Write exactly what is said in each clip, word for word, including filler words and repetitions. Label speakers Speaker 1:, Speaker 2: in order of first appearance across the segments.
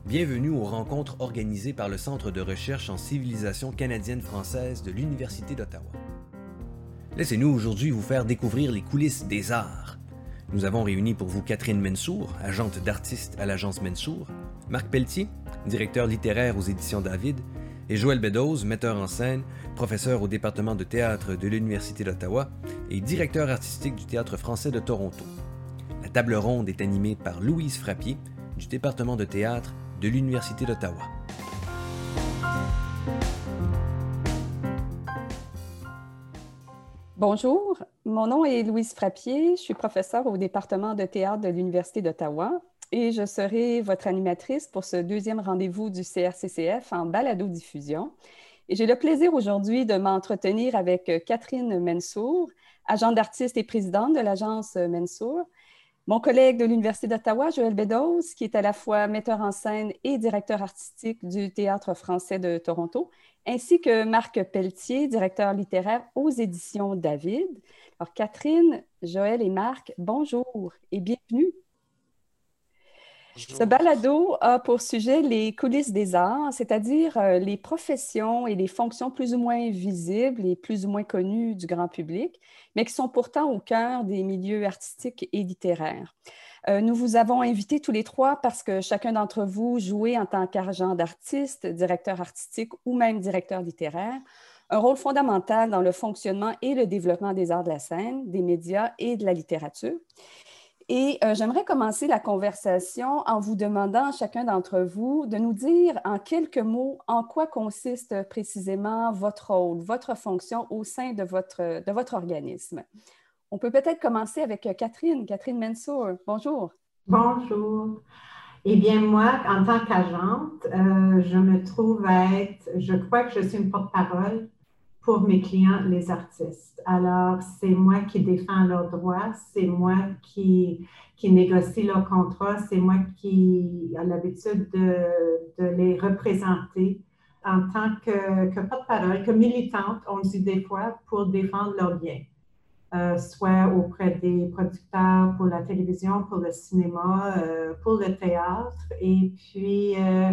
Speaker 1: Bienvenue aux rencontres organisées par le Centre de recherche en civilisation canadienne-française de l'Université d'Ottawa. Laissez-nous aujourd'hui vous faire découvrir les coulisses des arts. Nous avons réuni pour vous Catherine Mensour, agente d'artiste à l'agence Mensour, Marc Pelletier, directeur littéraire aux éditions David, et Joël Beddoes, metteur en scène, professeur au département de théâtre de l'Université d'Ottawa et directeur artistique du Théâtre français de Toronto. La table ronde est animée par Louise Frappier, du département de théâtre de l'Université d'Ottawa.
Speaker 2: Bonjour, mon nom est Louise Frappier, je suis professeure au département de théâtre de l'Université d'Ottawa et je serai votre animatrice pour ce deuxième rendez-vous du C R C C F en balado-diffusion. Et j'ai le plaisir aujourd'hui de m'entretenir avec Catherine Mensour, agente d'artiste et présidente de l'agence Mensour, mon collègue de l'Université d'Ottawa, Joël Beddoes, qui est à la fois metteur en scène et directeur artistique du Théâtre français de Toronto, ainsi que Marc Pelletier, directeur littéraire aux éditions David. Alors, Catherine, Joël et Marc, bonjour et bienvenue. Ce balado a pour sujet les coulisses des arts, c'est-à-dire euh, les professions et les fonctions plus ou moins visibles et plus ou moins connues du grand public, mais qui sont pourtant au cœur des milieux artistiques et littéraires. Euh, nous vous avons invités tous les trois parce que chacun d'entre vous jouez en tant qu'agent d'artiste, directeur artistique ou même directeur littéraire, un rôle fondamental dans le fonctionnement et le développement des arts de la scène, des médias et de la littérature. Et euh, j'aimerais commencer la conversation en vous demandant à chacun d'entre vous de nous dire en quelques mots en quoi consiste précisément votre rôle, votre fonction au sein de votre, de votre organisme. On peut peut-être commencer avec Catherine, Catherine Mensour. Bonjour.
Speaker 3: Bonjour. Eh bien, moi, en tant qu'agente, euh, je me trouve à être, je crois que je suis une porte-parole pour mes clients, les artistes. Alors, c'est moi qui défends leurs droits, c'est moi qui, qui négocie leurs contrats, c'est moi qui a l'habitude de, de les représenter en tant que, que porte-parole, que militante, on le dit des fois, pour défendre leurs biens. Euh, soit auprès des producteurs pour la télévision, pour le cinéma, euh, pour le théâtre. Et puis, euh,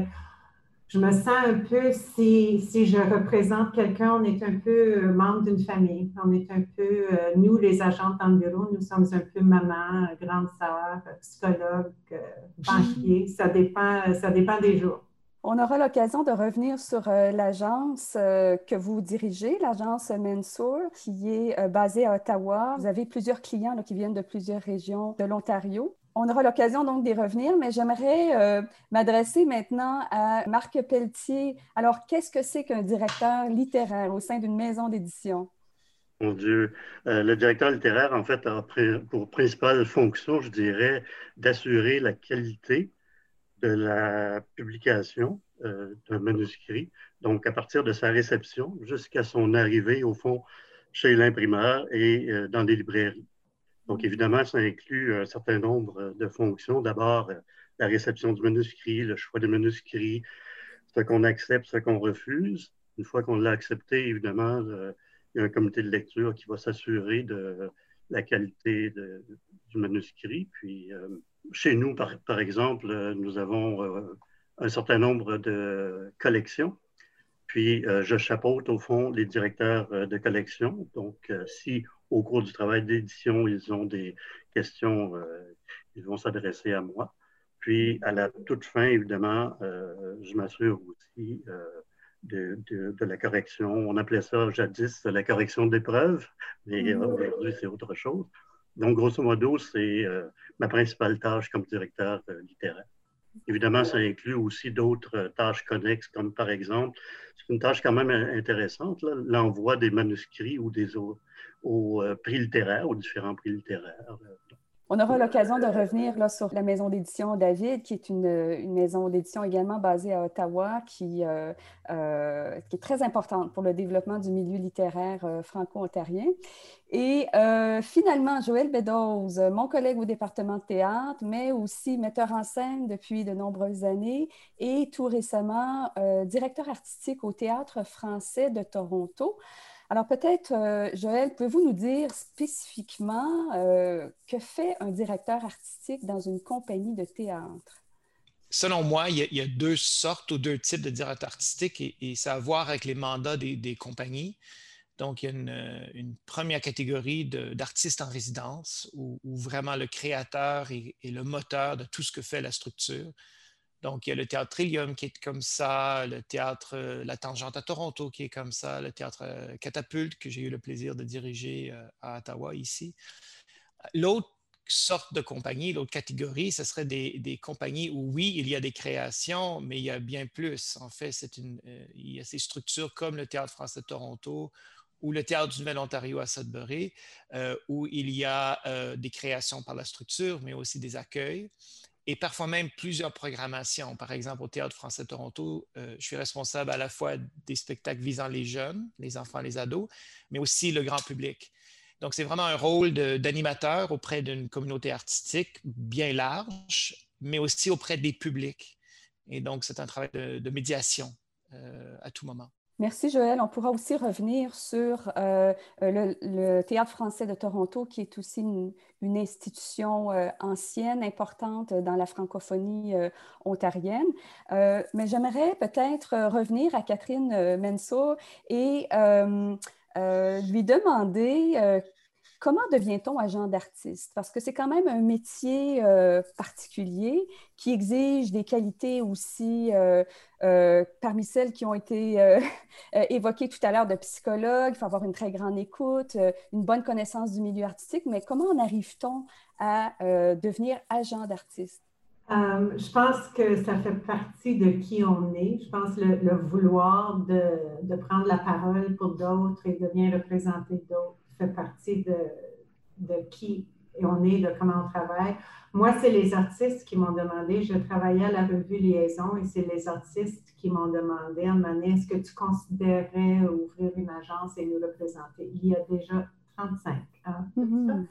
Speaker 3: je me sens un peu, si, si je représente quelqu'un, on est un peu membre d'une famille. On est un peu, euh, nous, les agents dans le bureau, nous sommes un peu maman, grande sœur, psychologue, euh, banquier. Ça dépend, ça dépend des jours.
Speaker 2: On aura l'occasion de revenir sur euh, l'agence euh, que vous dirigez, l'agence Mensour, qui est euh, basée à Ottawa. Vous avez plusieurs clients là, qui viennent de plusieurs régions de l'Ontario. On aura l'occasion donc d'y revenir, mais j'aimerais euh, m'adresser maintenant à Marc Pelletier. Alors, qu'est-ce que c'est qu'un directeur littéraire au sein d'une maison d'édition?
Speaker 4: Mon Dieu, euh, le directeur littéraire, en fait, a pour principale fonction, je dirais, d'assurer la qualité de la publication euh, d'un manuscrit, donc à partir de sa réception jusqu'à son arrivée, au fond, chez l'imprimeur et euh, dans des librairies. Donc, évidemment, ça inclut un certain nombre de fonctions. D'abord, euh, la réception du manuscrit, le choix du manuscrit, ce qu'on accepte, ce qu'on refuse. Une fois qu'on l'a accepté, évidemment, euh, il y a un comité de lecture qui va s'assurer de la qualité de, du manuscrit. Puis, euh, chez nous, par, par exemple, nous avons euh, un certain nombre de collections. Puis, euh, je chapeaute, au fond, les directeurs euh, de collection. Donc, euh, si au cours du travail d'édition, ils ont des questions, euh, ils vont s'adresser à moi. Puis, à la toute fin, évidemment, euh, je m'assure aussi euh, de, de, de la correction. On appelait ça jadis la correction d'épreuves, mais euh, aujourd'hui, c'est autre chose. Donc, grosso modo, c'est euh, ma principale tâche comme directeur euh, littéraire. Évidemment, ça inclut aussi d'autres tâches connexes, comme par exemple, c'est une tâche quand même intéressante, l'envoi des manuscrits ou des aux, aux prix littéraires, aux différents prix littéraires.
Speaker 2: On aura l'occasion de revenir là, sur la maison d'édition David, qui est une, une maison d'édition également basée à Ottawa, qui, euh, euh, qui est très importante pour le développement du milieu littéraire euh, franco-ontarien. Et euh, finalement, Joël Beddoes, mon collègue au département de théâtre, mais aussi metteur en scène depuis de nombreuses années et tout récemment euh, directeur artistique au Théâtre français de Toronto. Alors peut-être, euh, Joël, pouvez-vous nous dire spécifiquement euh, que fait un directeur artistique dans une compagnie de théâtre?
Speaker 5: selon moi, il y, a, il y a deux sortes ou deux types de directeurs artistiques et, et ça a à voir avec les mandats des, des compagnies. Donc, il y a une, une première catégorie de, d'artistes en résidence où, où vraiment le créateur est, est le moteur de tout ce que fait la structure. Donc, il y a le Théâtre Trillium qui est comme ça, le Théâtre La Tangente à Toronto qui est comme ça, le Théâtre Catapulte que j'ai eu le plaisir de diriger à Ottawa ici. L'autre sorte de compagnie, l'autre catégorie, ce serait des, des compagnies où, oui, il y a des créations, mais il y a bien plus. En fait, c'est une, euh, il y a ces structures comme le Théâtre français de Toronto ou le Théâtre du Nouvel-Ontario à Sudbury, euh, où il y a euh, des créations par la structure, mais aussi des accueils et parfois même plusieurs programmations. Par exemple, au Théâtre français de Toronto, euh, je suis responsable à la fois des spectacles visant les jeunes, les enfants, les ados, mais aussi le grand public. Donc, c'est vraiment un rôle de, d'animateur auprès d'une communauté artistique bien large, mais aussi auprès des publics. Et donc, c'est un travail de, de médiation euh, à tout moment.
Speaker 2: Merci, Joël. On pourra aussi revenir sur euh, le, le Théâtre français de Toronto, qui est aussi une, une institution euh, ancienne, importante dans la francophonie euh, ontarienne. Euh, mais j'aimerais peut-être revenir à Catherine Mensah et euh, euh, lui demander euh, comment devient-on agent d'artiste? Parce que c'est quand même un métier euh, particulier qui exige des qualités aussi euh, euh, parmi celles qui ont été euh, évoquées tout à l'heure de psychologue. Il faut avoir une très grande écoute, euh, une bonne connaissance du milieu artistique. Mais comment en arrive-t-on à euh, devenir agent d'artiste?
Speaker 3: Euh, je pense que ça fait partie de qui on est. Je pense le, le vouloir de, de prendre la parole pour d'autres et de bien représenter d'autres fait partie de, de qui on est, de comment on travaille. Moi, c'est les artistes qui m'ont demandé, je travaillais à la revue Liaison et c'est les artistes qui m'ont demandé à un moment donné, est-ce que tu considérais ouvrir une agence et nous représenter? Il y a déjà trente-cinq ans. Mm-hmm.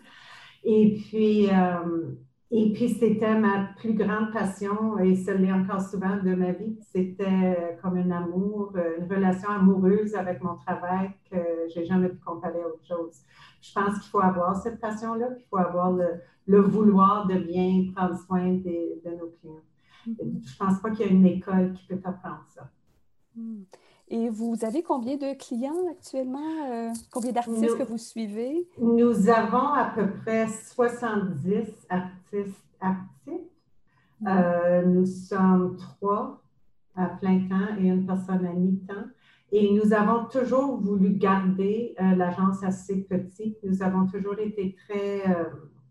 Speaker 3: Et puis, euh, Et puis, c'était ma plus grande passion, et ce l'est encore souvent de ma vie. C'était comme un amour, une relation amoureuse avec mon travail que je n'ai jamais pu comparer à autre chose. Je pense qu'il faut avoir cette passion-là, puis il faut avoir le, le vouloir de bien prendre soin des, de nos clients. Mm-hmm. Je ne pense pas qu'il y a une école qui peut apprendre ça.
Speaker 2: Mm. Et vous avez combien de clients actuellement? Euh, combien d'artistes nous, que vous suivez?
Speaker 3: Nous avons à peu près soixante-dix artistes actifs. Mmh. Euh, nous sommes trois à plein temps et une personne à mi-temps. Et nous avons toujours voulu garder euh, l'agence assez petite. Nous avons toujours été très... Euh,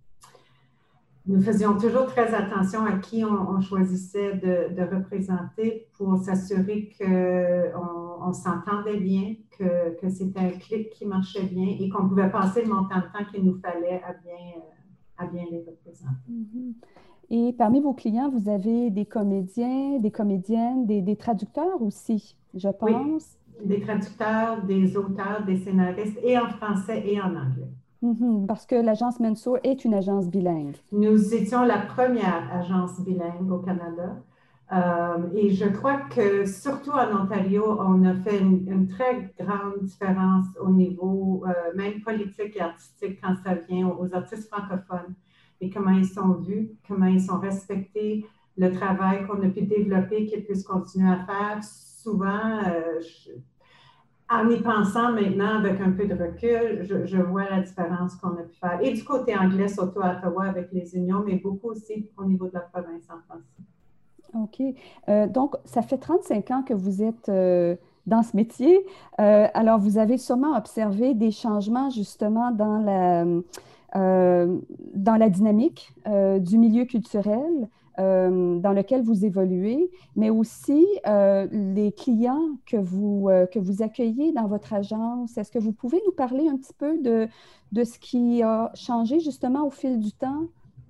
Speaker 3: nous faisions toujours très attention à qui on, on choisissait de, de représenter pour s'assurer qu'on on s'entendait bien, que, que c'était un clip qui marchait bien et qu'on pouvait passer le montant de temps qu'il nous fallait à bien, à bien les représenter.
Speaker 2: Mm-hmm. Et parmi vos clients, vous avez des comédiens, des comédiennes, des, des traducteurs aussi, je pense.
Speaker 3: Oui, des traducteurs, des auteurs, des scénaristes, et en français et en anglais.
Speaker 2: Mm-hmm, parce que l'agence Mensah est une agence bilingue.
Speaker 3: Nous étions la première agence bilingue au Canada. Euh, et je crois que, surtout en Ontario, on a fait une, une très grande différence au niveau euh, même politique et artistique quand ça vient aux, aux artistes francophones et comment ils sont vus, comment ils sont respectés, le travail qu'on a pu développer, qu'ils puissent continuer à faire. Souvent, euh, je, en y pensant maintenant avec un peu de recul, je, je vois la différence qu'on a pu faire. Et du côté anglais, surtout à Ottawa avec les unions, mais beaucoup aussi au niveau de la province en français.
Speaker 2: OK. Euh, donc, ça fait trente-cinq ans que vous êtes euh, dans ce métier. Euh, alors, vous avez sûrement observé des changements justement dans la, euh, dans la dynamique euh, du milieu culturel euh, dans lequel vous évoluez, mais aussi euh, les clients que vous, euh, que vous accueillez dans votre agence. Est-ce que vous pouvez nous parler un petit peu de, de ce qui a changé justement au fil du temps?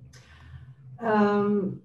Speaker 3: Um...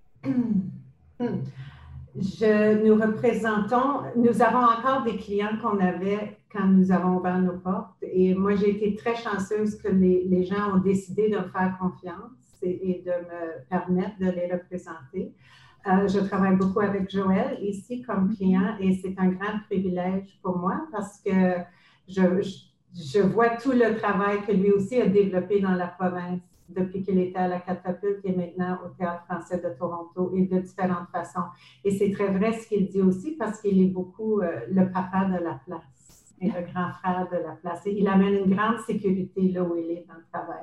Speaker 3: Je, nous représentons, nous avons encore des clients qu'on avait quand nous avons ouvert nos portes. Et moi, j'ai été très chanceuse que les, les gens ont décidé de me faire confiance et, et de me permettre de les représenter. Euh, je travaille beaucoup avec Joël ici comme client et c'est un grand privilège pour moi parce que je, je, je vois tout le travail que lui aussi a développé dans la province depuis qu'il était à la Catapulte et maintenant au Théâtre français de Toronto et de différentes façons. Et c'est très vrai ce qu'il dit aussi parce qu'il est beaucoup euh, le papa de la place et le grand frère de la place. Et il amène une grande sécurité là où il est dans le travail.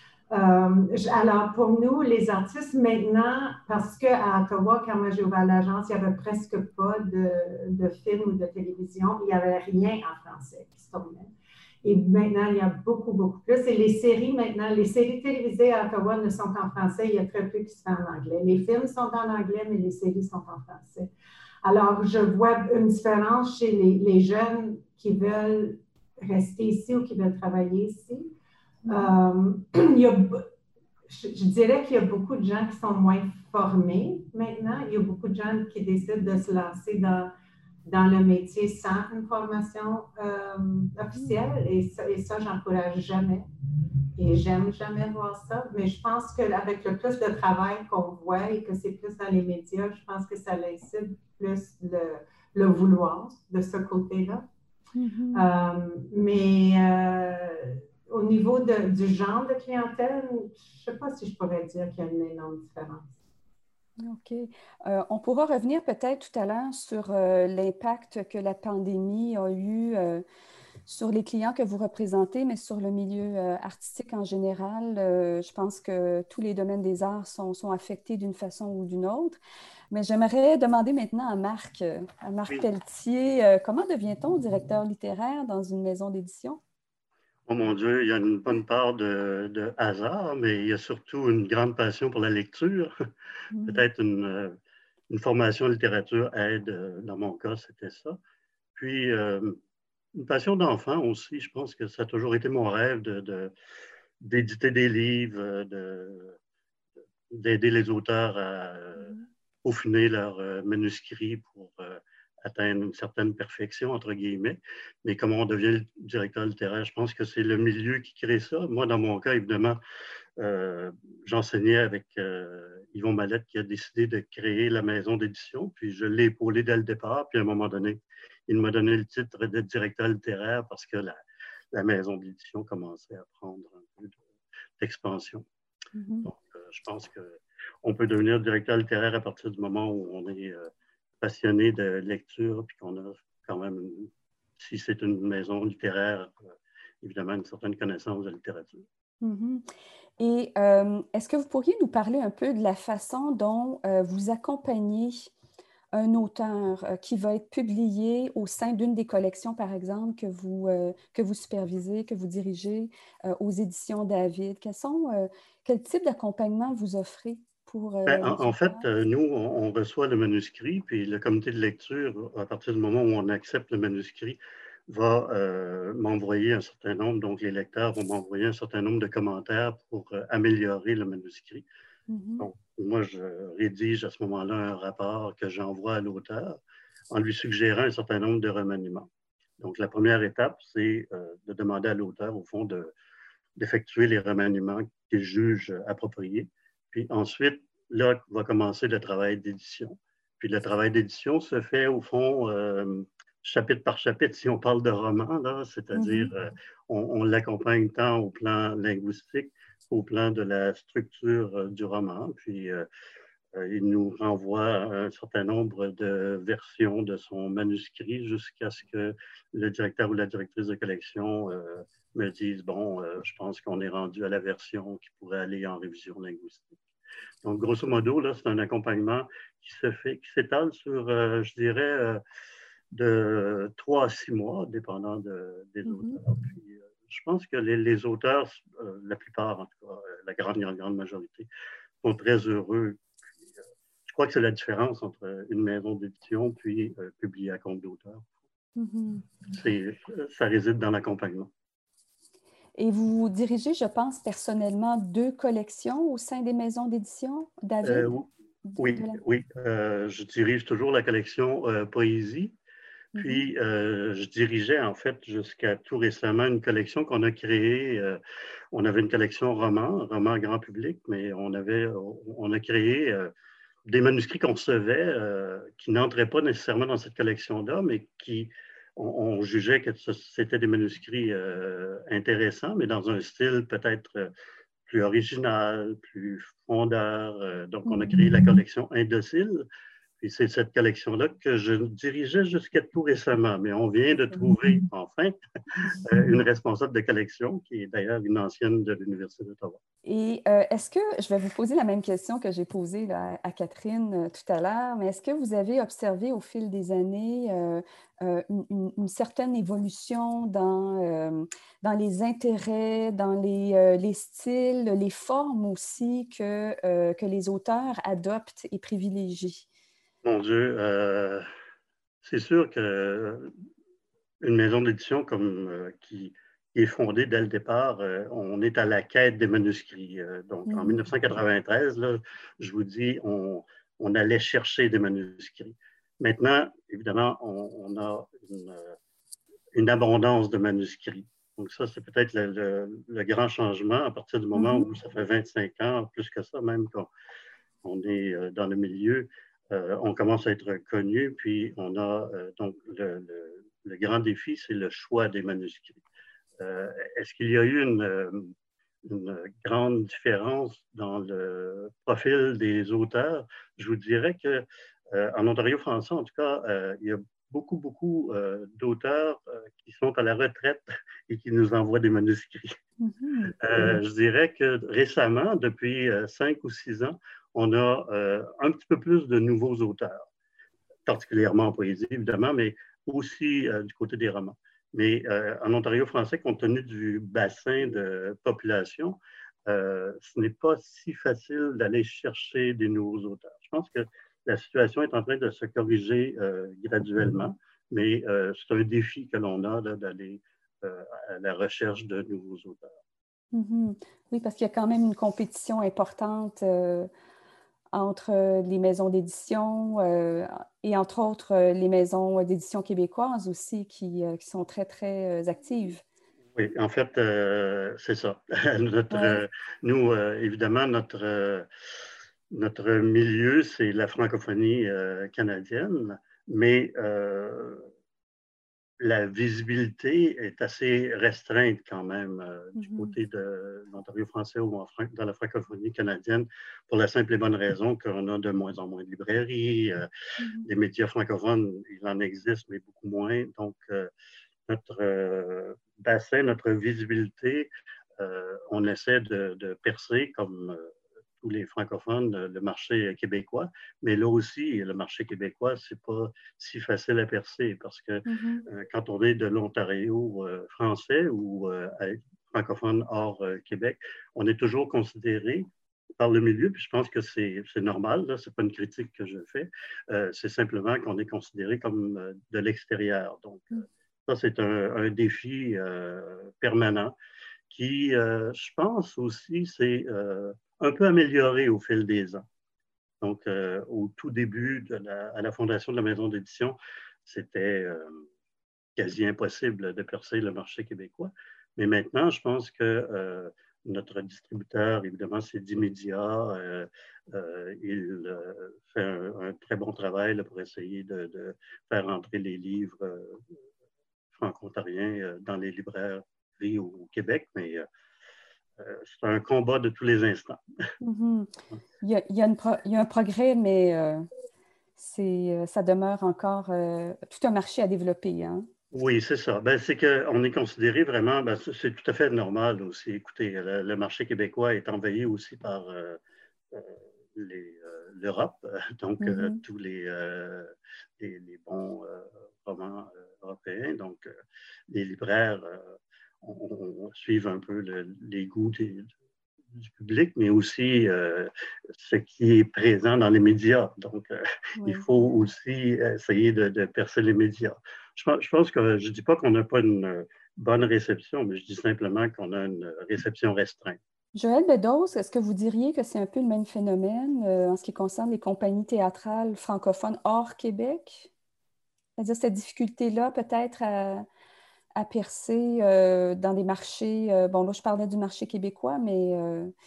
Speaker 3: Euh, alors, pour nous, les artistes, maintenant, parce qu'à Ottawa, quand moi j'ai ouvert l'agence, il n'y avait presque pas de, de films ou de télévision. Il n'y avait rien en français qui se tournait. Et maintenant, il y a beaucoup, beaucoup plus. Et les séries, maintenant, les séries télévisées à Ottawa ne sont qu'en français. Il y a très peu qui se font en anglais. Les films sont en anglais, mais les séries sont en français. Alors, je vois une différence chez les, les jeunes qui veulent rester ici ou qui veulent travailler ici. Euh, il y a, je, je dirais qu'il y a beaucoup de gens qui sont moins formés maintenant. Il y a beaucoup de gens qui décident de se lancer dans, dans le métier sans une formation euh, officielle. Et ça, et ça j'encourage jamais. Et j'aime jamais voir ça. Mais je pense qu'avec le plus de travail qu'on voit et que c'est plus dans les médias, je pense que ça incite plus le, le vouloir de ce côté-là. Mm-hmm. euh, mais euh, au niveau de, du genre de clientèle, je ne sais pas si je pourrais dire qu'il y a une énorme différence.
Speaker 2: OK. Euh, on pourra revenir peut-être tout à l'heure sur euh, l'impact que la pandémie a eu euh, sur les clients que vous représentez, mais sur le milieu euh, artistique en général. Euh, je pense que tous les domaines des arts sont, sont affectés d'une façon ou d'une autre. Mais j'aimerais demander maintenant à Marc, à Marc oui. Pelletier, euh, comment devient-on directeur littéraire dans une maison d'édition?
Speaker 4: Oh mon Dieu, il y a une bonne part de, de hasard, mais il y a surtout une grande passion pour la lecture. Mmh. Peut-être une, une formation en littérature aide, dans mon cas, c'était ça. Puis, euh, une passion d'enfant aussi, je pense que ça a toujours été mon rêve de, de, d'éditer des livres, de, d'aider les auteurs à mmh. peaufiner leurs euh, manuscrits pour euh, atteindre une certaine perfection, entre guillemets. Mais comment on devient directeur littéraire, je pense que c'est le milieu qui crée ça. Moi, dans mon cas, évidemment, euh, j'enseignais avec euh, Yvon Mallette qui a décidé de créer la maison d'édition, puis je l'ai épaulé dès le départ, puis à un moment donné, il m'a donné le titre de directeur littéraire parce que la, la maison d'édition commençait à prendre un peu d'expansion. Mm-hmm. Donc, euh, je pense qu'on peut devenir directeur littéraire à partir du moment où on est euh, passionné de lecture, puis qu'on a quand même, une, si c'est une maison littéraire, euh, évidemment, une certaine connaissance de la littérature.
Speaker 2: Mm-hmm. Et euh, est-ce que vous pourriez nous parler un peu de la façon dont euh, vous accompagnez un auteur euh, qui va être publié au sein d'une des collections, par exemple, que vous, euh, que vous supervisez, que vous dirigez euh, aux éditions David? Quels sont, euh, quel type d'accompagnement vous offrez? Pour, euh,
Speaker 4: ben, en, en fait, euh, nous, on, on reçoit le manuscrit, puis le comité de lecture, à partir du moment où on accepte le manuscrit, va euh, m'envoyer un certain nombre, donc les lecteurs vont m'envoyer un certain nombre de commentaires pour euh, améliorer le manuscrit. Mm-hmm. Donc, moi, je rédige à ce moment-là un rapport que j'envoie à l'auteur en lui suggérant un certain nombre de remaniements. Donc, la première étape, c'est euh, de demander à l'auteur, au fond, de, d'effectuer les remaniements qu'il juge appropriés. Puis ensuite, là, va commencer le travail d'édition. Puis le travail d'édition se fait, au fond, euh, chapitre par chapitre, si on parle de roman, là, c'est-à-dire, mm-hmm. euh, on, on l'accompagne tant au plan linguistique qu'au plan de la structure euh, du roman. Puis, euh, euh, il nous renvoie un certain nombre de versions de son manuscrit jusqu'à ce que le directeur ou la directrice de collection euh, me dise, bon, euh, je pense qu'on est rendu à la version qui pourrait aller en révision linguistique. Donc, grosso modo, là, c'est un accompagnement qui se fait, qui s'étale sur, euh, je dirais, euh, de trois à six mois, dépendant de, des mm-hmm. auteurs. Puis, euh, je pense que les, les auteurs, euh, la plupart, en tout cas, la grande, grande, grande majorité, sont très heureux. Puis, euh, je crois que c'est la différence entre une maison d'édition puis euh, publier à compte d'auteur. Mm-hmm. C'est, ça réside dans l'accompagnement.
Speaker 2: Et vous dirigez, je pense, personnellement deux collections au sein des maisons d'édition, David?
Speaker 4: Euh, oui, la... oui. Euh, je dirige toujours la collection euh, Poésie. Puis, mm-hmm. euh, je dirigeais, en fait, jusqu'à tout récemment, une collection qu'on a créée. Euh, on avait une collection roman, roman grand public, mais on, avait, on a créé euh, des manuscrits qu'on recevait euh, qui n'entraient pas nécessairement dans cette collection-là, mais qui... On, on jugeait que c'était des manuscrits euh, intéressants, mais dans un style peut-être plus original, plus fondeur. Euh, donc, on a créé la collection Indocile. Puis c'est cette collection-là que je dirigeais jusqu'à tout récemment. Mais on vient de trouver, enfin, une responsable de collection, qui est d'ailleurs une ancienne de l'Université d'Ottawa.
Speaker 2: Et euh, est-ce que, je vais vous poser la même question que j'ai posée là, à Catherine euh, tout à l'heure, mais est-ce que vous avez observé au fil des années euh, euh, une, une certaine évolution dans, euh, dans les intérêts, dans les, euh, les styles, les formes aussi que, euh, que les auteurs adoptent et privilégient?
Speaker 4: Mon Dieu, euh, c'est sûr que une maison d'édition comme euh, qui, qui est fondée dès le départ, euh, on est à la quête des manuscrits. Euh, donc, mm-hmm. En mille neuf cent quatre-vingt-treize, là, je vous dis, on, on allait chercher des manuscrits. Maintenant, évidemment, on, on a une, une abondance de manuscrits. Donc, ça, c'est peut-être le, le, le grand changement à partir du moment mm-hmm. où ça fait vingt-cinq ans, plus que ça, même qu'on on est dans le milieu. Euh, on commence à être connu, puis on a euh, donc le, le, le grand défi, c'est le choix des manuscrits. Euh, est-ce qu'il y a eu une, une grande différence dans le profil des auteurs? Je vous dirais que euh, en Ontario français, en tout cas, euh, il y a beaucoup, beaucoup euh, d'auteurs euh, qui sont à la retraite et qui nous envoient des manuscrits. Mm-hmm. Euh, je dirais que récemment, depuis euh, cinq ou six ans, on a euh, un petit peu plus de nouveaux auteurs, particulièrement en poésie, évidemment, mais aussi euh, du côté des romans. Mais euh, en Ontario français, compte tenu du bassin de population, euh, ce n'est pas si facile d'aller chercher des nouveaux auteurs. Je pense que la situation est en train de se corriger euh, graduellement, mais euh, c'est un défi que l'on a là, d'aller euh, à la recherche de nouveaux auteurs.
Speaker 2: Mm-hmm. Oui, parce qu'il y a quand même une compétition importante euh, entre les maisons d'édition euh, et entre autres les maisons d'édition québécoises aussi qui, euh, qui sont très, très actives.
Speaker 4: Oui, en fait, euh, c'est ça. notre, ouais. euh, nous, euh, évidemment, notre, euh, notre milieu, c'est la francophonie euh, canadienne, mais euh, la visibilité est assez restreinte quand même euh, mm-hmm. du côté de l'Ontario français ou en, dans la francophonie canadienne, pour la simple et bonne raison qu'on a de moins en moins de librairies. Euh, mm-hmm. Les médias francophones, il en existe, mais beaucoup moins. Donc, euh, notre euh, bassin, notre visibilité, euh, on essaie de, de percer comme euh, tous les francophones le marché québécois, mais là aussi, le marché québécois, c'est pas si facile à percer parce que mm-hmm. euh, quand on est de l'Ontario euh, français ou euh, francophone hors euh, Québec, on est toujours considéré par le milieu, puis je pense que c'est, c'est normal, ce n'est pas une critique que je fais, euh, c'est simplement qu'on est considéré comme euh, de l'extérieur. Donc, mm. ça, c'est un, un défi euh, permanent qui, euh, je pense aussi, s'est euh, un peu amélioré au fil des ans. Donc, euh, au tout début, de la, à la fondation de la maison d'édition, c'était euh, quasi impossible de percer le marché québécois. Mais maintenant, je pense que euh, notre distributeur, évidemment, c'est D-Media. Euh, euh, il euh, fait un, un très bon travail là, pour essayer de, de faire entrer les livres euh, franco-ontariens euh, dans les librairies au, au Québec, mais euh, c'est un combat de tous les instants.
Speaker 2: Mm-hmm. il, y a, il, y a pro, il y a un progrès, mais euh, c'est, ça demeure encore euh, tout un marché à développer. Hein?
Speaker 4: Oui, c'est ça. Ben, c'est qu'on est considéré vraiment, ben, c'est tout à fait normal aussi. Écoutez, le, le marché québécois est envahi aussi par euh, euh, les, euh, l'Europe, donc mm-hmm. euh, tous les, euh, les, les bons euh, romans euh, européens. Donc, euh, les libraires euh, on, on suivent un peu le, les goûts des, du public, mais aussi euh, ce qui est présent dans les médias. Donc, euh, oui. il faut aussi essayer de, de percer les médias. Je, je pense que je ne dis pas qu'on n'a pas une bonne réception, mais je dis simplement qu'on a une réception restreinte.
Speaker 2: Joël Beddos, est-ce que vous diriez que c'est un peu le même phénomène euh, en ce qui concerne les compagnies théâtrales francophones hors Québec? C'est-à-dire cette difficulté-là peut-être à, à percer euh, dans des marchés, euh, bon là je parlais du marché québécois, mais euh,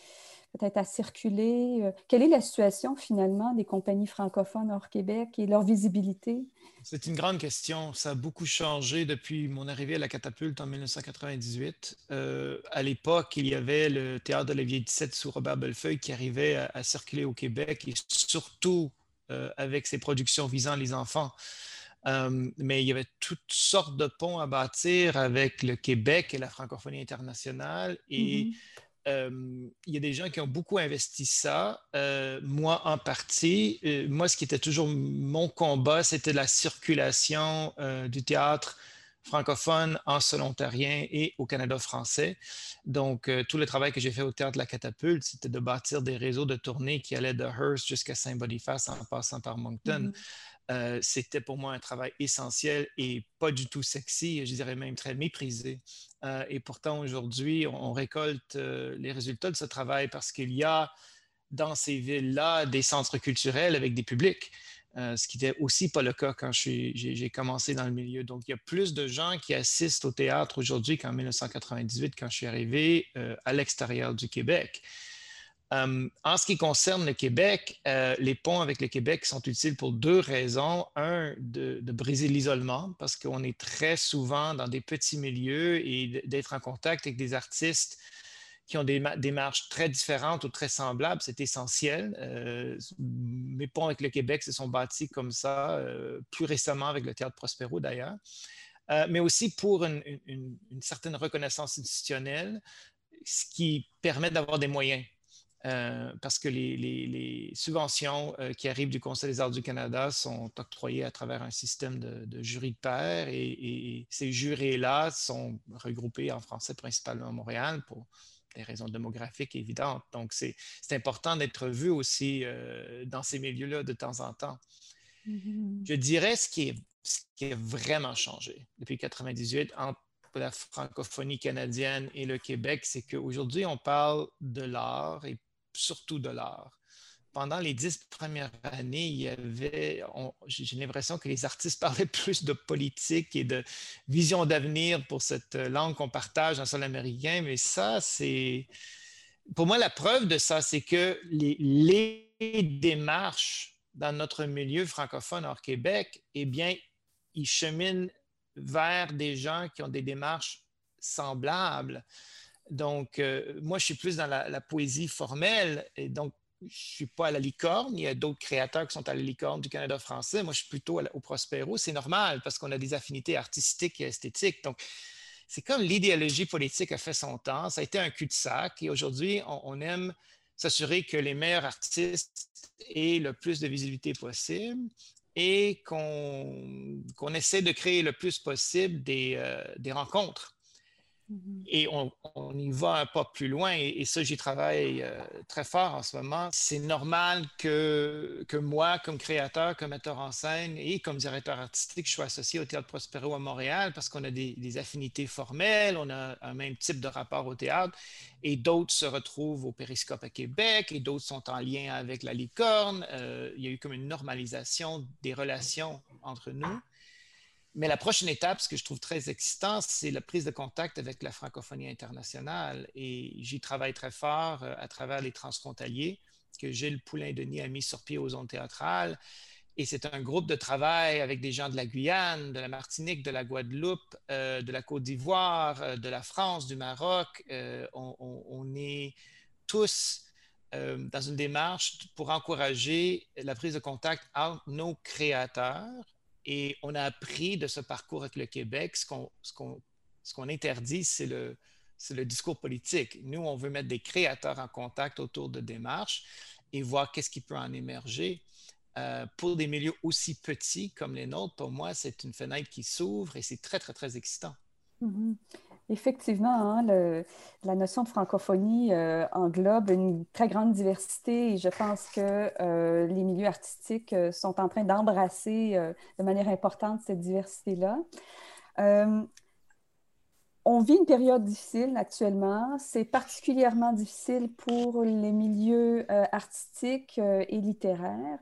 Speaker 2: peut-être à circuler? Quelle est la situation finalement des compagnies francophones hors Québec et leur visibilité?
Speaker 5: C'est une grande question. Ça a beaucoup changé depuis mon arrivée à la Catapulte en mille neuf cent quatre-vingt-dix-huit. Euh, à l'époque, il y avait le Théâtre de l'Olivier dix-sept sous Robert Bellefeuille qui arrivait à, à circuler au Québec et surtout euh, avec ses productions visant les enfants. Euh, mais il y avait toutes sortes de ponts à bâtir avec le Québec et la francophonie internationale. Et mm-hmm. Euh, il y a des gens qui ont beaucoup investi ça. Euh, moi, en partie, euh, moi, ce qui était toujours mon combat, c'était la circulation euh, du théâtre francophone en sol ontarien et au Canada français. Donc, euh, tout le travail que j'ai fait au Théâtre de la Catapulte, c'était de bâtir des réseaux de tournées qui allaient de Hearst jusqu'à Saint-Boniface en passant par Moncton. Mm-hmm. Euh, c'était pour moi un travail essentiel et pas du tout sexy, je dirais même très méprisé. Euh, et pourtant, aujourd'hui, on, on récolte euh, les résultats de ce travail parce qu'il y a dans ces villes-là des centres culturels avec des publics, euh, ce qui n'était aussi pas le cas quand j'ai, j'ai commencé dans le milieu. Donc, il y a plus de gens qui assistent au théâtre aujourd'hui qu'en mille neuf cent quatre-vingt-dix-huit, quand je suis arrivé euh, à l'extérieur du Québec. Um, en ce qui concerne le Québec, euh, les ponts avec le Québec sont utiles pour deux raisons. Un, de, de briser l'isolement, parce qu'on est très souvent dans des petits milieux et d'être en contact avec des artistes qui ont des démarches très différentes ou très semblables, c'est essentiel. Euh, mes ponts avec le Québec se sont bâtis comme ça, euh, plus récemment avec le Théâtre Prospero d'ailleurs, euh, mais aussi pour une, une, une certaine reconnaissance institutionnelle, ce qui permet d'avoir des moyens. Euh, parce que les, les, les subventions euh, qui arrivent du Conseil des arts du Canada sont octroyées à travers un système de, de jury de pairs et, et ces jurés-là sont regroupés en français principalement à Montréal pour des raisons démographiques évidentes. Donc, c'est, c'est important d'être vu aussi euh, dans ces milieux-là de temps en temps. Mm-hmm. Je dirais ce qui, est, ce qui a vraiment changé depuis quatre-vingt-dix-huit entre la francophonie canadienne et le Québec, c'est qu'aujourd'hui, on parle de l'art et surtout de l'art. Pendant les dix premières années, il y avait, on, j'ai l'impression que les artistes parlaient plus de politique et de vision d'avenir pour cette langue qu'on partage en sol américain, mais ça, c'est... Pour moi, la preuve de ça, c'est que les, les démarches dans notre milieu francophone hors Québec, eh bien, ils cheminent vers des gens qui ont des démarches semblables. Donc, euh, moi, je suis plus dans la, la poésie formelle et donc, je ne suis pas à la Licorne. Il y a d'autres créateurs qui sont à la Licorne du Canada français. Moi, je suis plutôt au Prospero. C'est normal parce qu'on a des affinités artistiques et esthétiques. Donc, c'est comme l'idéologie politique a fait son temps. Ça a été un cul-de-sac et aujourd'hui, on, on aime s'assurer que les meilleurs artistes aient le plus de visibilité possible et qu'on, qu'on essaie de créer le plus possible des, euh, des rencontres. Mm-hmm. Et on, on y va un pas plus loin, et, et ça, j'y travaille euh, très fort en ce moment. C'est normal que, que moi, comme créateur, comme metteur en scène et comme directeur artistique, je sois associé au Théâtre Prospero à Montréal parce qu'on a des, des affinités formelles, on a un même type de rapport au théâtre, et d'autres se retrouvent au Périscope à Québec, et d'autres sont en lien avec la Licorne. Euh, il y a eu comme une normalisation des relations entre nous. Mais la prochaine étape, ce que je trouve très excitant, c'est la prise de contact avec la francophonie internationale. Et j'y travaille très fort euh, à travers les transfrontaliers que Gilles Poulain-Denis a mis sur pied aux zones théâtrales. Et c'est un groupe de travail avec des gens de la Guyane, de la Martinique, de la Guadeloupe, euh, de la Côte d'Ivoire, euh, de la France, du Maroc. Euh, on, on, on est tous euh, dans une démarche pour encourager la prise de contact entre nos créateurs. Et on a appris de ce parcours avec le Québec, ce qu'on, ce qu'on, ce qu'on interdit, c'est le, c'est le discours politique. Nous, on veut mettre des créateurs en contact autour de démarches et voir qu'est-ce qui peut en émerger. Euh, pour des milieux aussi petits comme les nôtres, pour moi, c'est une fenêtre qui s'ouvre et c'est très, très, très excitant.
Speaker 2: Mm-hmm. Effectivement, hein, le, la notion de francophonie euh, englobe une très grande diversité et je pense que euh, les milieux artistiques euh, sont en train d'embrasser euh, de manière importante cette diversité-là. Euh, on vit une période difficile actuellement. C'est particulièrement difficile pour les milieux euh, artistiques euh, et littéraires.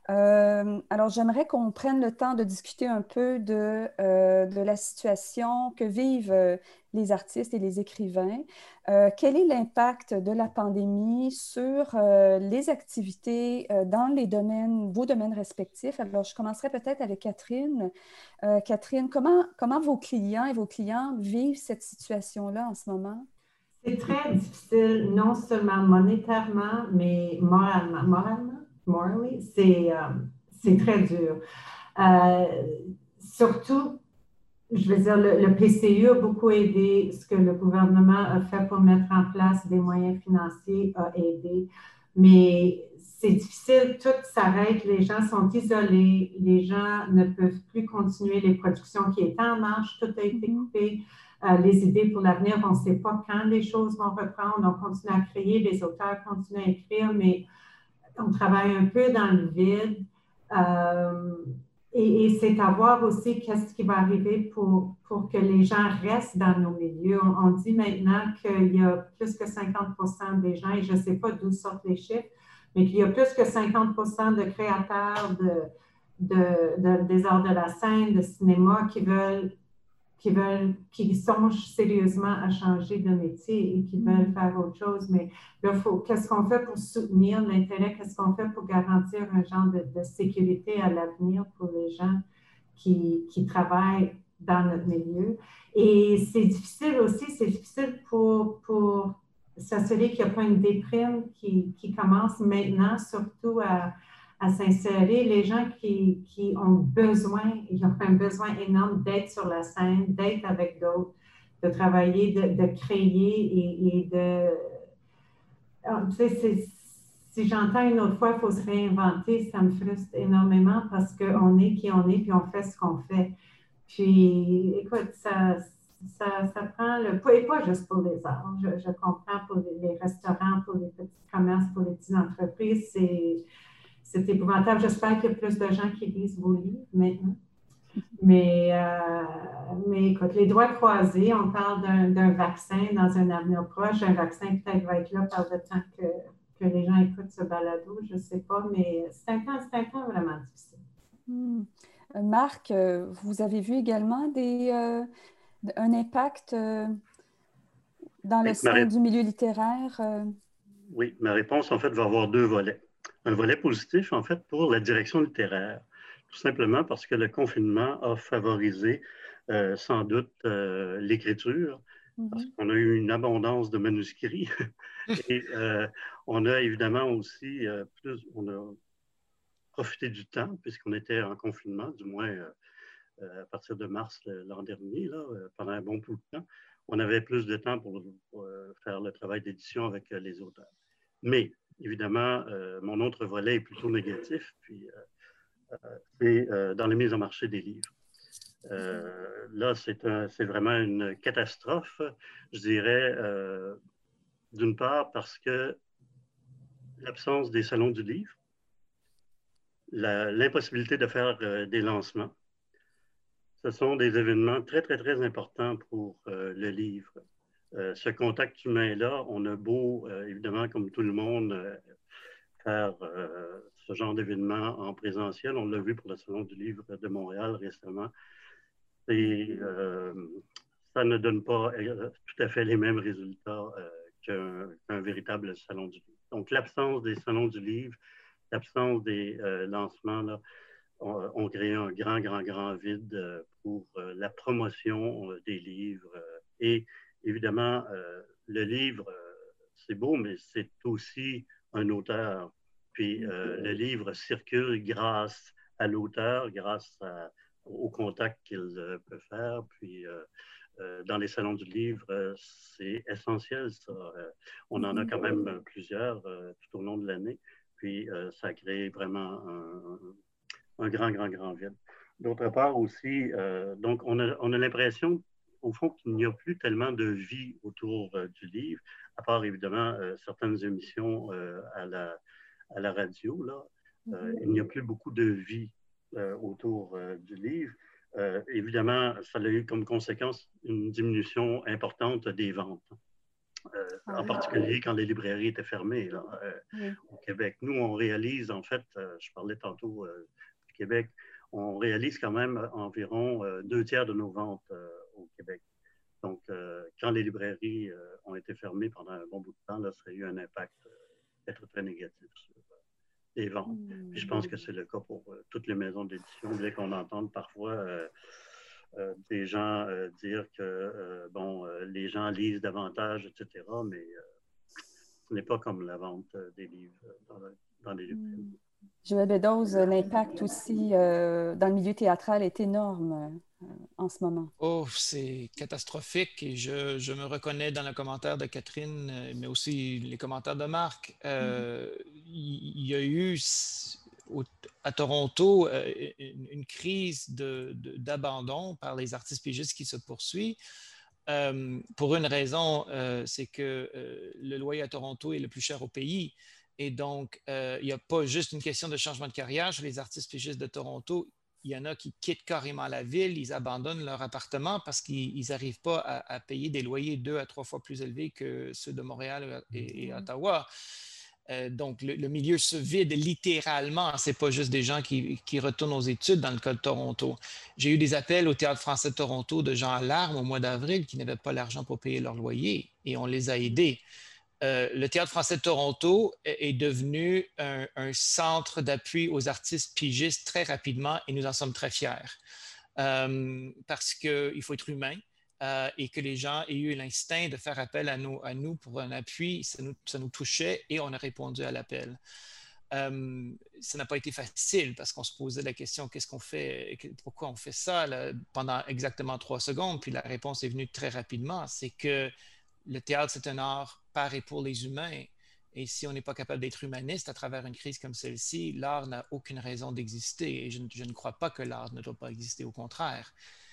Speaker 2: Euh, alors, j'aimerais qu'on prenne le temps de discuter un peu de, euh, de la situation que vivent euh, les artistes et les écrivains. Euh, quel est l'impact de la pandémie sur euh, les activités euh, dans les domaines, vos domaines respectifs? Alors, je commencerai peut-être avec Catherine. Euh, Catherine, comment, comment vos clients et vos clientes vivent cette situation-là en ce moment?
Speaker 3: C'est très difficile, non seulement monétairement, mais moralement. Moralement? Morally, c'est euh, c'est très dur. Euh, surtout, je veux dire, le, le P C U a beaucoup aidé. Ce que le gouvernement a fait pour mettre en place des moyens financiers a aidé. Mais c'est difficile, tout s'arrête, les gens sont isolés, les gens ne peuvent plus continuer les productions qui étaient en marche, tout a été coupé. Euh, les idées pour l'avenir, on ne sait pas quand les choses vont reprendre, on continue à créer, les auteurs continuent à écrire, mais on travaille un peu dans le vide. Euh, et, et c'est à voir aussi qu'est-ce qui va arriver pour, pour que les gens restent dans nos milieux. On, on dit maintenant qu'il y a plus que cinquante pour cent des gens, et je ne sais pas d'où sortent les chiffres, mais qu'il y a plus que cinquante pour cent de créateurs de, de, de, des arts de la scène, de cinéma, qui veulent qui veulent, qui songent sérieusement à changer de métier et qui veulent faire autre chose. Mais là, faut, qu'est-ce qu'on fait pour soutenir l'intérêt? Qu'est-ce qu'on fait pour garantir un genre de, de sécurité à l'avenir pour les gens qui, qui travaillent dans notre milieu? Et c'est difficile aussi, c'est difficile pour, pour s'assurer qu'il n'y a pas une déprime qui, qui commence maintenant, surtout à à s'insérer, les gens qui, qui ont besoin, ils ont un besoin énorme d'être sur la scène, d'être avec d'autres, de travailler, de, de créer et, et de... Alors, tu sais, si j'entends une autre fois, il faut se réinventer, ça me frustre énormément parce qu'on est qui on est puis on fait ce qu'on fait. Puis, écoute, ça, ça, ça prend le... Et pas juste pour les arts, je, je comprends pour les, les restaurants, pour les petits commerces, pour les petites entreprises, c'est... C'est épouvantable. J'espère qu'il y a plus de gens qui lisent vos livres maintenant. Mais, euh, mais écoute, les doigts croisés, on parle d'un, d'un vaccin dans un avenir proche. Un vaccin peut-être va être là par le temps que, que les gens écoutent ce balado, je ne sais pas, mais c'est un temps, c'est un temps vraiment difficile.
Speaker 2: Hmm. Marc, vous avez vu également des, euh, un impact euh, dans le
Speaker 4: Oui,
Speaker 2: sein
Speaker 4: ré...
Speaker 2: du milieu littéraire? Euh...
Speaker 4: Oui, ma réponse, en fait, va avoir deux volets. Un volet positif, en fait, pour la direction littéraire, tout simplement parce que le confinement a favorisé euh, sans doute euh, l'écriture, mm-hmm. parce qu'on a eu une abondance de manuscrits et euh, on a évidemment aussi euh, plus, on a profité du temps puisqu'on était en confinement, du moins euh, à partir de mars l'an dernier, là, pendant un bon bout de temps, on avait plus de temps pour, pour euh, faire le travail d'édition avec euh, les auteurs. Mais évidemment, euh, mon autre volet est plutôt négatif, puis euh, euh, c'est euh, dans la mise en marché des livres. Euh, là, c'est, un, c'est vraiment une catastrophe, je dirais, euh, d'une part parce que l'absence des salons du livre, la, l'impossibilité de faire euh, des lancements, ce sont des événements très, très, très importants pour euh, le livre. Euh, ce contact humain-là, on a beau, euh, évidemment, comme tout le monde, euh, faire euh, ce genre d'événement en présentiel. On l'a vu pour le Salon du livre de Montréal récemment. Et euh, ça ne donne pas euh, tout à fait les mêmes résultats euh, qu'un, qu'un véritable Salon du livre. Donc, l'absence des salons du livre, l'absence des euh, lancements, là, ont, ont créé un grand, grand, grand vide euh, pour euh, la promotion euh, des livres. Euh, et évidemment, euh, le livre, euh, c'est beau, mais c'est aussi un auteur. Puis euh, le livre circule grâce à l'auteur, grâce à, au contact qu'il euh, peut faire. Puis euh, euh, dans les salons du livre, euh, c'est essentiel, ça. Euh, on en a quand même plusieurs euh, tout au long de l'année. Puis euh, ça crée vraiment un, un grand, grand, grand vide. D'autre part aussi, euh, donc on a, on a l'impression, au fond, qu'il n'y a plus tellement de vie autour euh, du livre, à part évidemment euh, certaines émissions euh, à, la, à la radio, là. Euh, il n'y a plus beaucoup de vie euh, autour euh, du livre. Euh, évidemment, ça a eu comme conséquence une diminution importante des ventes. Euh, en particulier quand les librairies étaient fermées là, euh, oui. au Québec. Nous, on réalise, en fait, euh, je parlais tantôt euh, du Québec, on réalise quand même environ euh, deux tiers de nos ventes euh, au Québec. Donc, euh, quand les librairies euh, ont été fermées pendant un bon bout de temps, là, ça a eu un impact euh, peut-être très négatif sur euh, les ventes. Mmh. Puis je pense que c'est le cas pour euh, toutes les maisons d'édition, dès qu'on entend parfois euh, euh, des gens euh, dire que, euh, bon, euh, les gens lisent davantage, et cetera, mais euh, ce n'est pas comme la vente euh, des livres dans, le, dans les librairies. Mmh.
Speaker 2: Joël Beddoes, l'impact aussi euh, dans le milieu théâtral est énorme euh, en ce moment.
Speaker 5: Oh, c'est catastrophique et je, je me reconnais dans le commentaire de Catherine, mais aussi les commentaires de Marc. Euh, mm-hmm. Il y a eu au, à Toronto une, une crise de, de, d'abandon par les artistes pigistes qui se poursuit. Euh, pour une raison, euh, c'est que euh, le loyer à Toronto est le plus cher au pays. Et donc, euh, il n'y a pas juste une question de changement de carrière chez les artistes pigistes de Toronto. Il y en a qui quittent carrément la ville, ils abandonnent leur appartement parce qu'ils n'arrivent pas à, à payer des loyers deux à trois fois plus élevés que ceux de Montréal et, et Ottawa. Euh, donc, le, le milieu se vide littéralement. Ce n'est pas juste des gens qui, qui retournent aux études dans le cas de Toronto. J'ai eu des appels au Théâtre français de Toronto de gens à larmes au mois d'avril qui n'avaient pas l'argent pour payer leur loyer et on les a aidés. Euh, le Théâtre français de Toronto est, est devenu un, un centre d'appui aux artistes pigistes très rapidement et nous en sommes très fiers euh, parce qu'il faut être humain euh, et que les gens aient eu l'instinct de faire appel à nous, à nous pour un appui, ça nous, ça nous touchait et on a répondu à l'appel. Euh, ça n'a pas été facile parce qu'on se posait la question qu'est-ce qu'on fait, pourquoi on fait ça là, pendant exactement trois secondes, puis la réponse est venue très rapidement, c'est que le théâtre, c'est un art par et pour les humains. Et si on n'est pas capable d'être humaniste à travers une crise comme celle-ci, l'art n'a aucune raison d'exister. Et je, je ne crois pas que l'art ne doit pas exister, au contraire.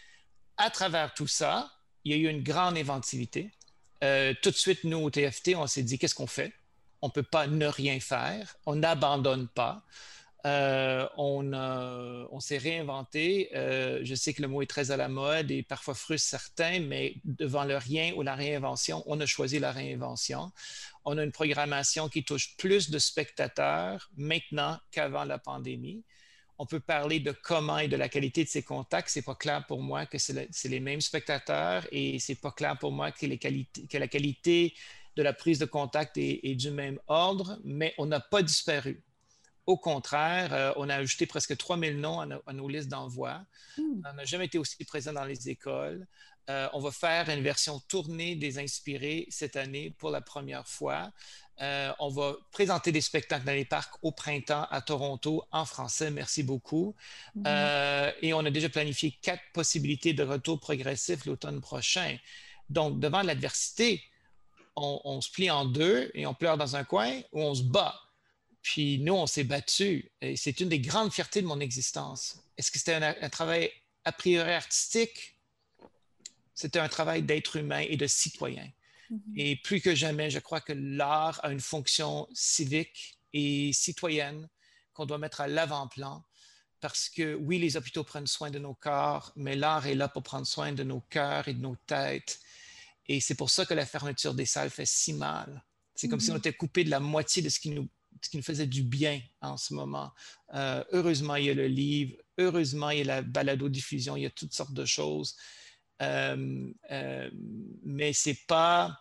Speaker 5: À travers tout ça, il y a eu une grande inventivité. Euh, tout de suite, nous, au T F T, on s'est dit, qu'est-ce qu'on fait? On ne peut pas ne rien faire. On n'abandonne pas. Euh, on, euh, on s'est réinventé. Euh, je sais que le mot est très à la mode et parfois frustre certains, mais devant le rien ou la réinvention, on a choisi la réinvention. On a une programmation qui touche plus de spectateurs maintenant qu'avant la pandémie. On peut parler de comment et de la qualité de ces contacts. C'est pas clair pour moi que c'est, le, c'est les mêmes spectateurs et c'est pas clair pour moi que, les qualités, que la qualité de la prise de contact est, est du même ordre, mais on n'a pas disparu. Au contraire, euh, on a ajouté presque trois mille noms à, no, à nos listes d'envoi. Mm. On n'a jamais été aussi présent dans les écoles. Euh, on va faire une version tournée des Inspirés cette année pour la première fois. Euh, on va présenter des spectacles dans les parcs au printemps à Toronto en français. Merci beaucoup. Mm. Euh, et on a déjà planifié quatre possibilités de retour progressif l'automne prochain. Donc, devant l'adversité, on, on se plie en deux et on pleure dans un coin ou on se bat. Puis nous, on s'est battus. Et c'est une des grandes fiertés de mon existence. Est-ce que c'était un, un travail a priori artistique? C'était un travail d'être humain et de citoyen. Mm-hmm. Et plus que jamais, je crois que l'art a une fonction civique et citoyenne qu'on doit mettre à l'avant-plan. Parce que oui, les hôpitaux prennent soin de nos corps, mais l'art est là pour prendre soin de nos cœurs et de nos têtes. Et c'est pour ça que la fermeture des salles fait si mal. C'est comme mm-hmm. si on était coupé de la moitié de ce qui nous ce qui nous faisait du bien en ce moment. Euh, heureusement, il y a le livre. Heureusement, il y a la balado-diffusion. Il y a toutes sortes de choses. Euh, euh, mais c'est pas...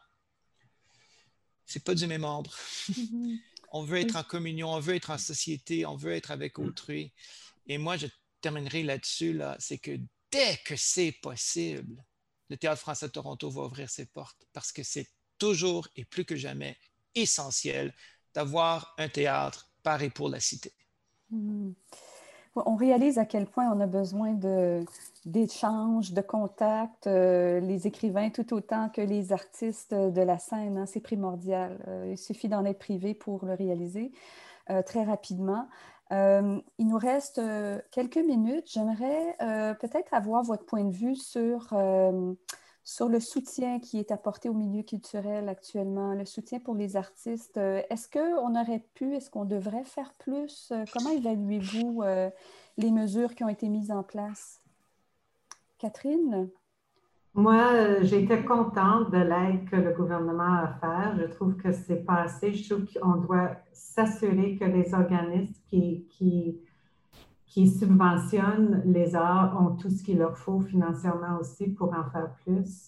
Speaker 5: c'est pas du même ordre. Mm-hmm. On veut être en communion, on veut être en société, on veut être avec autrui. Et moi, je terminerai là-dessus, là, c'est que dès que c'est possible, le Théâtre français de Toronto va ouvrir ses portes parce que c'est toujours et plus que jamais essentiel d'avoir un théâtre par et pour la cité.
Speaker 2: Mmh. On réalise à quel point on a besoin de, d'échanges, de contacts, euh, les écrivains tout autant que les artistes de la scène, hein, c'est primordial. Euh, il suffit d'en être privé pour le réaliser euh, très rapidement. Euh, il nous reste euh, quelques minutes. J'aimerais euh, peut-être avoir votre point de vue sur... Euh, sur le soutien qui est apporté au milieu culturel actuellement, le soutien pour les artistes. Est-ce qu'on aurait pu, est-ce qu'on devrait faire plus? Comment évaluez-vous euh, les mesures qui ont été mises en place? Catherine?
Speaker 3: Moi, j'étais contente de l'aide que le gouvernement a offert. Je trouve que c'est pas assez. Je trouve qu'on doit s'assurer que les organismes qui, qui, qui subventionnent les arts ont tout ce qu'il leur faut financièrement aussi pour en faire plus.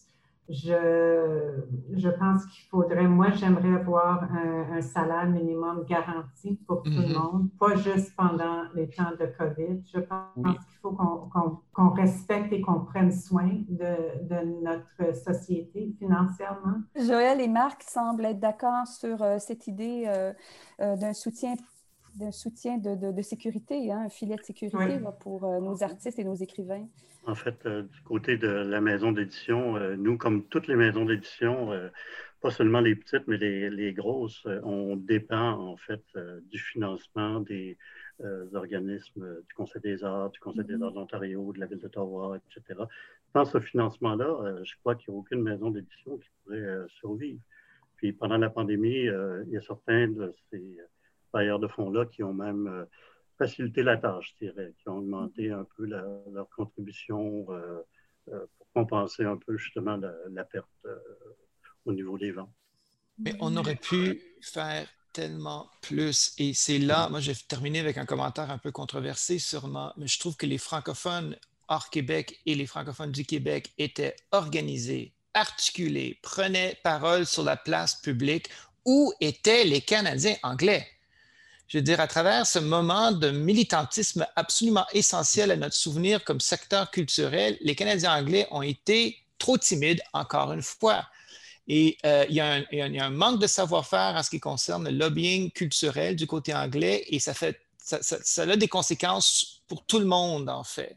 Speaker 3: Je, je pense qu'il faudrait, moi, j'aimerais avoir un, un salaire minimum garanti pour tout mm-hmm. le monde, pas juste pendant les temps de COVID. Je pense oui. qu'il faut qu'on, qu'on, qu'on respecte et qu'on prenne soin de, de notre société financièrement.
Speaker 2: Joël et Marc semblent être d'accord sur euh, cette idée euh, euh, d'un soutien d'un soutien de, de, de sécurité, hein, un filet de sécurité oui. là, pour euh, nos artistes et nos écrivains.
Speaker 4: En fait, euh, du côté de la maison d'édition, euh, nous, comme toutes les maisons d'édition, euh, pas seulement les petites, mais les, les grosses, euh, on dépend en fait euh, du financement des euh, organismes euh, du Conseil des arts, du Conseil mm-hmm. des arts d'Ontario, de la Ville d'Ottawa, et cetera. Sans ce financement-là, euh, je crois qu'il n'y a aucune maison d'édition qui pourrait euh, survivre. Puis pendant la pandémie, euh, il y a certains de ces bailleurs de fonds-là qui ont même euh, facilité la tâche, je dirais, qui ont augmenté un peu la, leur contribution euh, euh, pour compenser un peu justement la, la perte euh, au niveau des ventes.
Speaker 5: Mais on aurait pu faire tellement plus. Et c'est là, moi j'ai terminé avec un commentaire un peu controversé sûrement, mais je trouve que les francophones hors Québec et les francophones du Québec étaient organisés, articulés, prenaient parole sur la place publique. Où étaient les Canadiens anglais? Je veux dire, à travers ce moment de militantisme absolument essentiel à notre souvenir comme secteur culturel, les Canadiens anglais ont été trop timides, encore une fois. Et euh, il, y a un, il y a un manque de savoir-faire en ce qui concerne le lobbying culturel du côté anglais et ça, fait, ça, ça, ça a des conséquences pour tout le monde, en fait.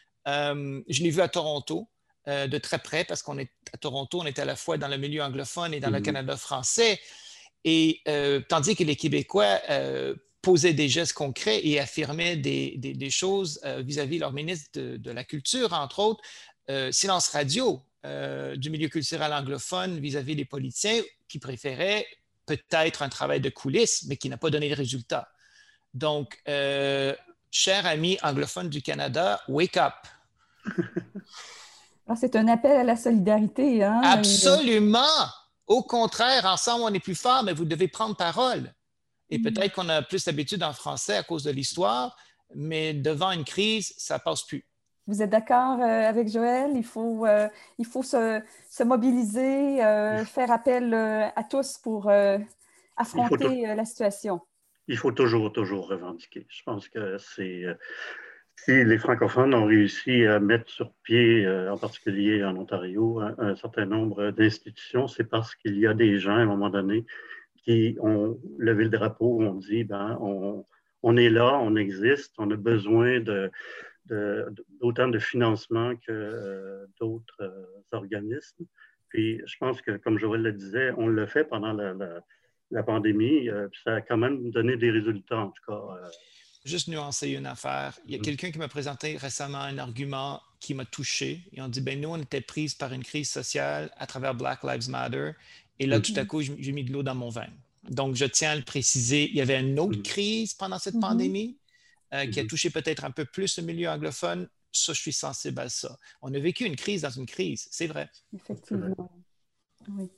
Speaker 5: Euh, je l'ai vu à Toronto euh, de très près parce qu'on est à Toronto, on est à la fois dans le milieu anglophone et dans mmh. le Canada français. Et euh, tandis que les Québécois euh, posaient des gestes concrets et affirmaient des, des, des choses euh, vis-à-vis de leur ministre de, de la Culture, entre autres, euh, silence radio euh, du milieu culturel anglophone vis-à-vis des politiciens qui préféraient peut-être un travail de coulisses, mais qui n'a pas donné de résultat. Donc, euh, chers amis anglophones du Canada, wake up!
Speaker 2: Alors, c'est un appel à la solidarité. Hein?
Speaker 5: Absolument! Au contraire, ensemble, on est plus fort, mais vous devez prendre parole. Et mmh. peut-être qu'on a plus d'habitude en français à cause de l'histoire, mais devant une crise, ça ne passe plus.
Speaker 2: Vous êtes d'accord euh, avec Joël? Il faut, euh, il faut se, se mobiliser, euh, faire appel euh, à tous pour euh, affronter euh, la situation.
Speaker 4: Il faut toujours, toujours revendiquer. Je pense que c'est... Euh, Si les francophones ont réussi à mettre sur pied, euh, en particulier en Ontario, un, un certain nombre d'institutions, c'est parce qu'il y a des gens, à un moment donné, qui ont levé le drapeau, ont dit, ben, on, on est là, on existe, on a besoin de, de, d'autant de financement que euh, d'autres euh, organismes. Puis je pense que, comme Joël le disait, on le fait pendant la, la, la pandémie, euh, puis ça a quand même donné des résultats, en tout cas. Euh,
Speaker 5: Juste nuancer une affaire. Il y a mmh. quelqu'un qui m'a présenté récemment un argument qui m'a touché. Ils ont dit, ben nous, on était pris par une crise sociale à travers Black Lives Matter. Et là, mmh. tout à coup, j'ai mis de l'eau dans mon vin. Donc, je tiens à le préciser. Il y avait une autre mmh. crise pendant cette mmh. pandémie euh, qui a touché peut-être un peu plus le milieu anglophone. Ça, je suis sensible à ça. On a vécu une crise dans une crise, c'est vrai.
Speaker 2: Effectivement. Oui.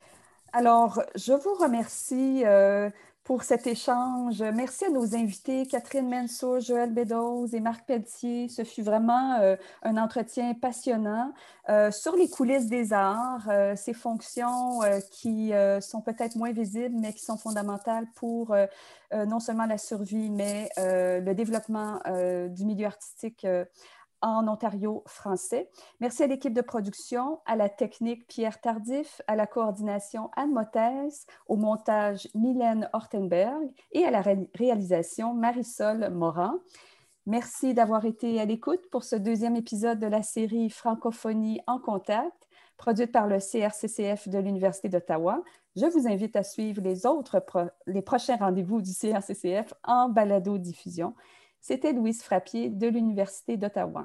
Speaker 2: Alors, je vous remercie euh, pour cet échange. Merci à nos invités, Catherine Mensur, Joël Beddoes et Marc Pelletier. Ce fut vraiment euh, un entretien passionnant euh, sur les coulisses des arts, euh, ces fonctions euh, qui euh, sont peut-être moins visibles, mais qui sont fondamentales pour euh, euh, non seulement la survie, mais euh, le développement euh, du milieu artistique euh, en Ontario français. Merci à l'équipe de production, à la technique Pierre Tardif, à la coordination Anne Mottès, au montage Mylène Hortenberg et à la ré- réalisation Marisol Morin. Merci d'avoir été à l'écoute pour ce deuxième épisode de la série Francophonie en contact, produite par le C R C C F de l'Université d'Ottawa. Je vous invite à suivre les autres pro- les prochains rendez-vous du C R C C F en balado-diffusion. C'était Louise Frappier de l'Université d'Ottawa.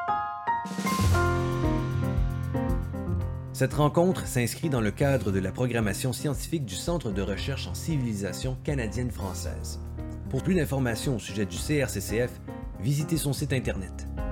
Speaker 1: Cette rencontre s'inscrit dans le cadre de la programmation scientifique du Centre de recherche en civilisation canadienne-française. Pour plus d'informations au sujet du C R C C F, visitez son site Internet.